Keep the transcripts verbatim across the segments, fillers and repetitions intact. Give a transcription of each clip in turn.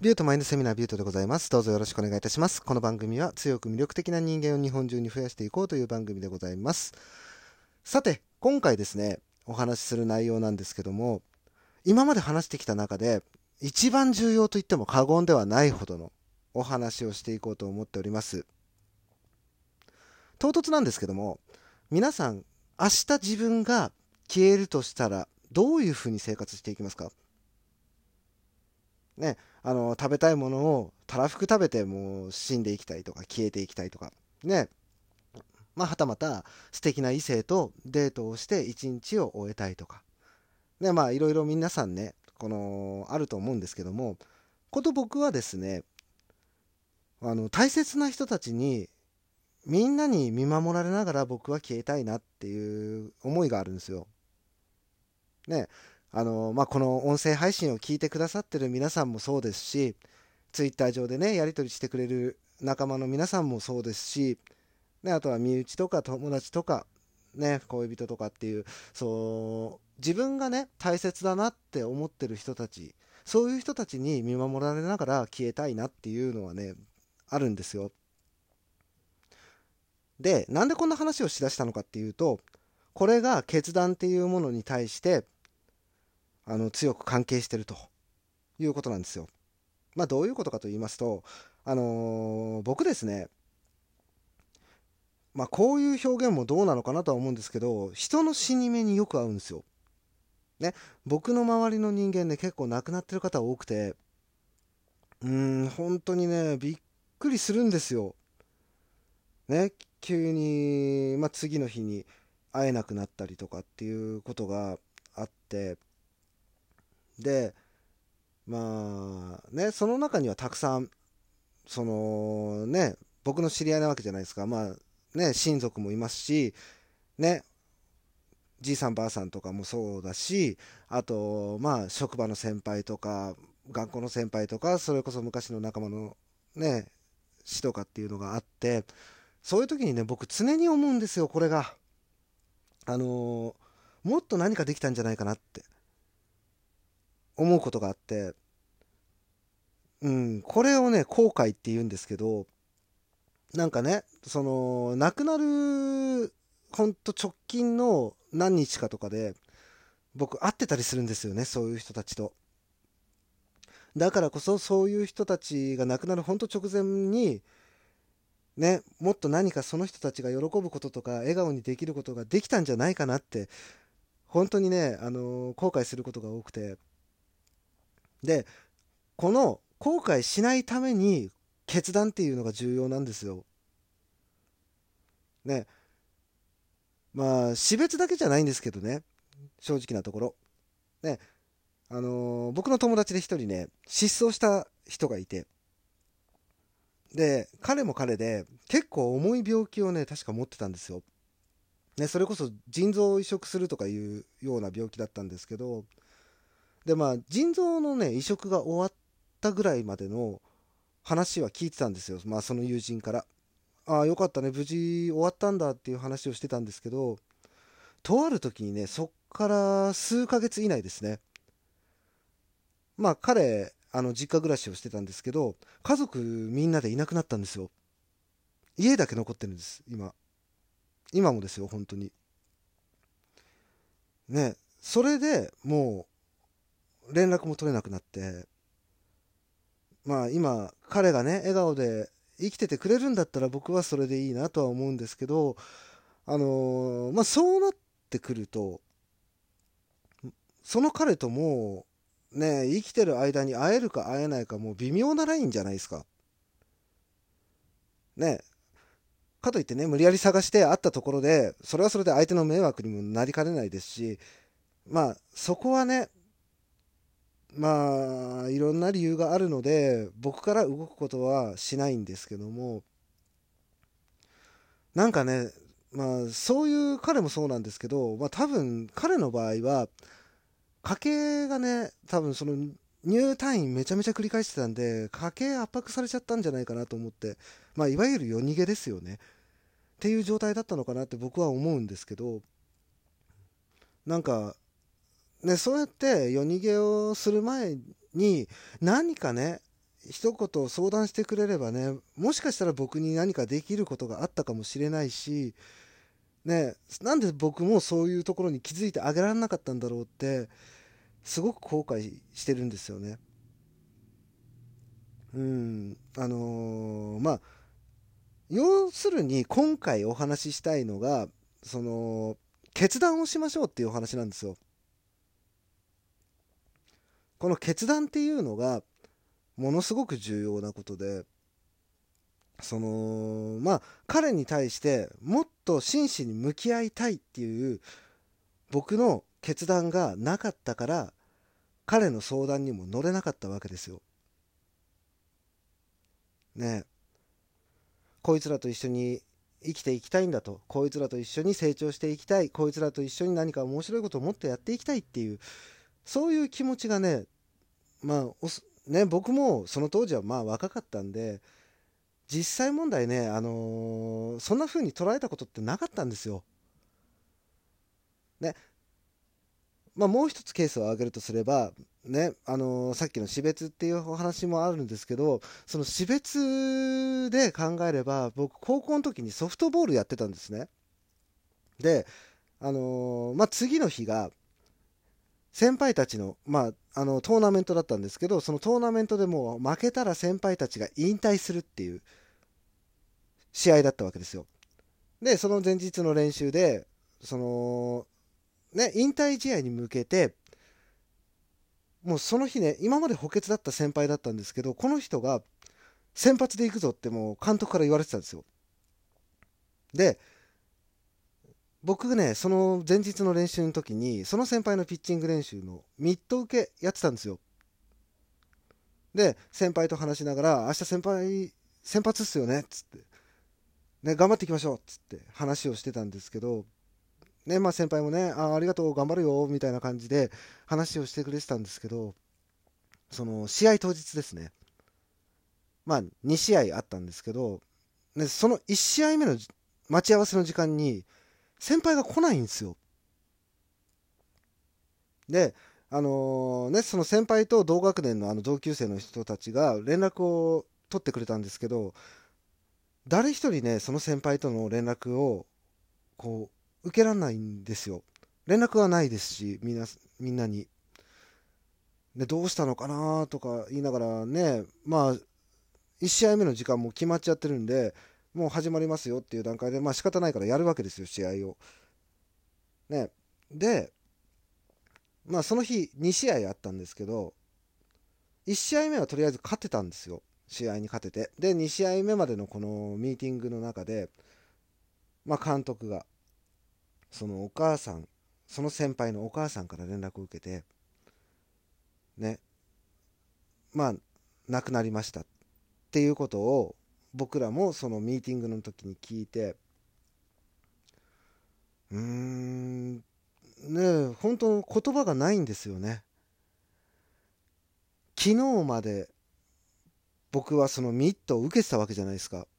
ビュートマインドセミナービュートでございます。どうぞよろしくお願いいたします。この番組は強く魅力的な人間を日本中に増やしていこうという番組でございます。さて、今回ですね、お話しする内容なんですけども、今まで話してきた中で一番重要と言っても過言ではないほどのお話をしていこうと思っております。唐突なんですけども、皆さん、明日自分が消えるとしたらどういうふうに生活していきますか？ね、あの食べたいものをたらふく食べてもう死んでいきたいとか消えていきたいとかね、まあ、はたまた素敵な異性とデートをして一日を終えたいとかね、まあいろいろ皆さんね、このあると思うんですけども、こと僕はですね、あの大切な人たちにみんなに見守られながら僕は消えたいなっていう思いがあるんですよ。ね、あのまあこの音声配信を聞いてくださってる皆さんもそうですし、ツイッター上でねやり取りしてくれる仲間の皆さんもそうですし、ね、あとは身内とか友達とかね恋人とかっていう、そう自分がね大切だなって思ってる人たち、そういう人たちに見守られながら消えたいなっていうのはねあるんですよ。で、なんでこんな話をしだしたのかっていうと、これが決断っていうものに対してあの強く関係してるということなんですよ。まあどういうことかと言いますと、あのー僕ですね、まあこういう表現もどうなのかなとは思うんですけど、人の死に目によく合うんですよ。ね、僕の周りの人間ね、結構亡くなってる方多くて、うーん、本当にね、びっくりするんですよ。ね、急に、まあ、次の日に会えなくなったりとかっていうことがあって、で、まあね、その中にはたくさん、そのね、僕の知り合いなわけじゃないですか。まあね、親族もいますし、ね、じいさんばあさんとかもそうだし、あとまあ職場の先輩とか学校の先輩とか、それこそ昔の仲間のね死とかっていうのがあって、そういう時にね僕常に思うんですよ。これがあのーもっと何かできたんじゃないかなって思うことがあって、うん、これをね後悔って言うんですけど、なんかねその亡くなるほんと直近の何日かとかで僕会ってたりするんですよね、そういう人たちと。だからこそそういう人たちが亡くなるほんと直前にね、もっと何かその人たちが喜ぶこととか笑顔にできることができたんじゃないかなって本当にね、あのー後悔することが多くて、でこの後悔しないために決断っていうのが重要なんですよ。ね、まあ死別だけじゃないんですけどね、正直なところね、あのー僕の友達で一人ね失踪した人がいて、で彼も彼で結構重い病気をね確か持ってたんですよ。ね、それこそ腎臓を移植するとかいうような病気だったんですけど、でまあ腎臓のね移植が終わったぐらいまでの話は聞いてたんですよ、まあその友人から。ああよかったね、無事終わったんだっていう話をしてたんですけど、とある時にねそっから数ヶ月以内ですね、まあ彼あの実家暮らしをしてたんですけど、家族みんなでいなくなったんですよ。家だけ残ってるんです今。今もですよ本当に。ね、それでもう連絡も取れなくなって、まあ今彼がね笑顔で生きててくれるんだったら僕はそれでいいなとは思うんですけど、あのーまあそうなってくると、その彼ともうね生きてる間に会えるか会えないかもう微妙なラインじゃないですか。ね、かといってね無理やり探して会ったところでそれはそれで相手の迷惑にもなりかねないですし、まあそこはね、まあいろんな理由があるので僕から動くことはしないんですけども、なんかね、まあそういう彼もそうなんですけど、まあ多分彼の場合は家計がね多分その入退院めちゃめちゃ繰り返してたんで家計圧迫されちゃったんじゃないかなと思って、まあいわゆる夜逃げですよねっていう状態だったのかなって僕は思うんですけど、なんかねそうやって夜逃げをする前に何かね一言相談してくれればね、もしかしたら僕に何かできることがあったかもしれないし、ね、なんで僕もそういうところに気づいてあげられなかったんだろうって、すごく後悔してるんですよね。うん、あのーまあ、要するに今回お話ししたいのが、その、決断をしましょうっていうお話なんですよ。この決断っていうのが、ものすごく重要なことで、その、まあ、彼に対してもっと真摯に向き合いたいっていう僕の決断がなかったから、彼の相談にも乗れなかったわけですよ。ね。こいつらと一緒に生きていきたいんだと。こいつらと一緒に成長していきたい。こいつらと一緒に何か面白いことをもっとやっていきたいっていう、そういう気持ちがね、まあ、おすね、僕もその当時はまあ若かったんで、実際問題ね、あのーそんな風に捉えたことってなかったんですよ。ね。まあ、もう一つケースを挙げるとすれば、ね、あのーさっきの死別っていうお話もあるんですけど、その死別で考えれば、僕、高校の時にソフトボールやってたんですね。で、あのーまあ、次の日が、先輩たちの、まあ、あの、トーナメントだったんですけど、そのトーナメントでもう負けたら先輩たちが引退するっていう試合だったわけですよ。で、その前日の練習で、その、ね、引退試合に向けて、もうその日ね、今まで補欠だった先輩だったんですけど、この人が先発で行くぞってもう監督から言われてたんですよ。で、僕ね、その前日の練習の時に、その先輩のピッチング練習のミット受けやってたんですよ。で、先輩と話しながら、明日先輩、先発っすよねっつって、ね、頑張っていきましょうっつって話をしてたんですけど、ね、まあ先輩もね、あ、ありがとう、頑張るよ、みたいな感じで話をしてくれてたんですけど、その試合当日ですね。まあに試合あったんですけど、ね、そのいち試合目の待ち合わせの時間に先輩が来ないんですよ。で、あのーね、その先輩と同学年のあの同級生の人たちが連絡を取ってくれたんですけど、誰一人ね、その先輩との連絡をこう受けられないんですよ。連絡はないですし、みんな、みんなに。で、どうしたのかなとか言いながらね、まあ、いち試合目の時間も決まっちゃってるんで、もう始まりますよっていう段階で、まあ仕方ないからやるわけですよ、試合を。ね。で、まあその日に試合あったんですけど、いち試合目はとりあえず勝ってたんですよ。試合に勝てて。で、に試合目までのこのミーティングの中で、まあ監督が、そのお母さん、その先輩のお母さんから連絡を受けて、ね、まあ、亡くなりましたっていうことを、僕らもそのミーティングの時に聞いて、うーん、ねえ、本当言葉がないんですよね。昨日まで僕はそのミットを受けてたわけじゃないですか。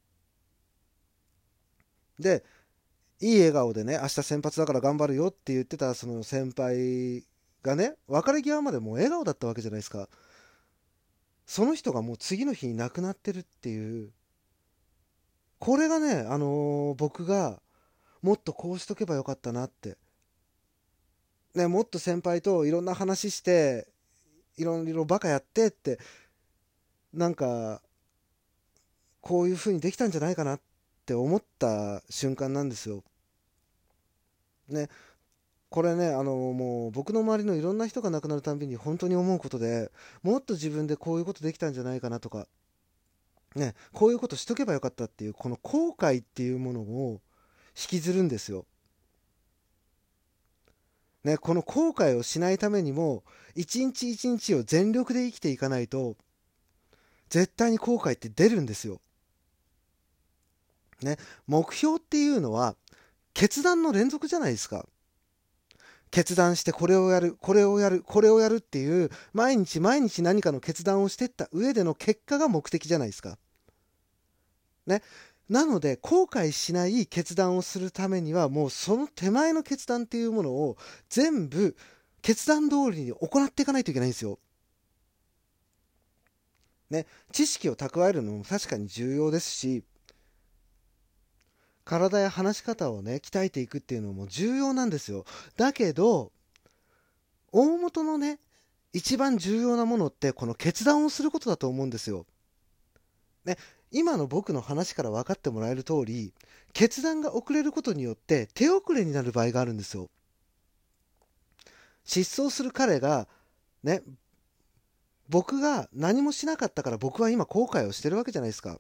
で、いい笑顔でね、明日先発だから頑張るよって言ってたその先輩がね、別れ際までもう笑顔だったわけじゃないですか。その人がもう次の日に亡くなってるっていう、これがね、あのー僕がもっとこうしとけばよかったなって。ね、もっと先輩といろんな話して、いろいろバカやってって、なんか、こういう風にできたんじゃないかなって思った瞬間なんですよ。ね、これね、あの、もう僕の周りのいろんな人が亡くなるたんびに本当に思うことで、もっと自分でこういうことできたんじゃないかなとか、ね、こういうことしとけばよかったっていう、この後悔っていうものを引きずるんですよ。ね、この後悔をしないためにも、一日一日を全力で生きていかないと、絶対に後悔って出るんですよ。ね、目標っていうのは、決断の連続じゃないですか。決断してこれをやる、これをやる、これをやるっていう、毎日毎日何かの決断をしていった上での結果が目的じゃないですか。ね。なので、後悔しない決断をするためには、もうその手前の決断っていうものを全部決断通りに行っていかないといけないんですよ。 ね、知識を蓄えるのも確かに重要ですし、体や話し方をね、鍛えていくっていうのも重要なんですよ。だけど、大元のね、一番重要なものってこの決断をすることだと思うんですよ。ね、今の僕の話から分かってもらえる通り、決断が遅れることによって手遅れになる場合があるんですよ。失踪する彼が、ね、僕が何もしなかったから僕は今後悔をしてるわけじゃないですか。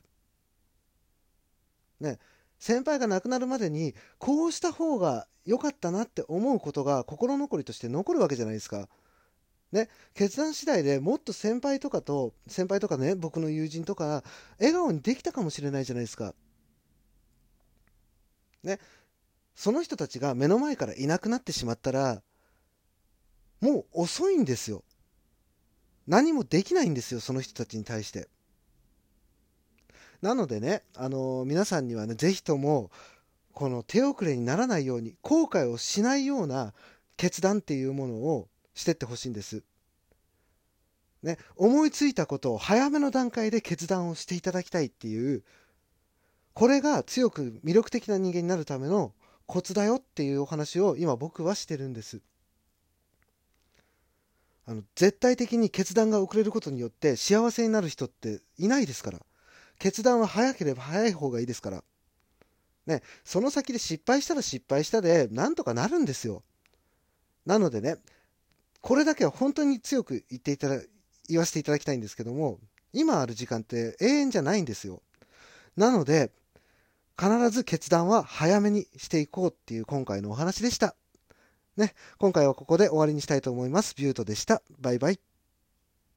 ね、先輩が亡くなるまでにこうした方が良かったなって思うことが心残りとして残るわけじゃないですか。ね、決断次第でもっと先輩とかと先輩とかね、僕の友人とか笑顔にできたかもしれないじゃないですか。ね、その人たちが目の前からいなくなってしまったらもう遅いんですよ。何もできないんですよ、その人たちに対して。なのでね、あのー皆さんにはね、ぜひともこの手遅れにならないように、後悔をしないような決断っていうものをしてってほしいんです。ね、思いついたことを早めの段階で決断をしていただきたいっていう、これが強く魅力的な人間になるためのコツだよっていうお話を今僕はしてるんです。あの絶対的に決断が遅れることによって幸せになる人っていないですから。決断は早ければ早い方がいいですから。ね、その先で失敗したら失敗したでなんとかなるんですよ。なのでね、これだけは本当に強く言っていただ言わせていただきたいんですけども、今ある時間って永遠じゃないんですよ。なので必ず決断は早めにしていこうっていう今回のお話でした。ね、今回はここで終わりにしたいと思います。ビュートでした。バイバイ。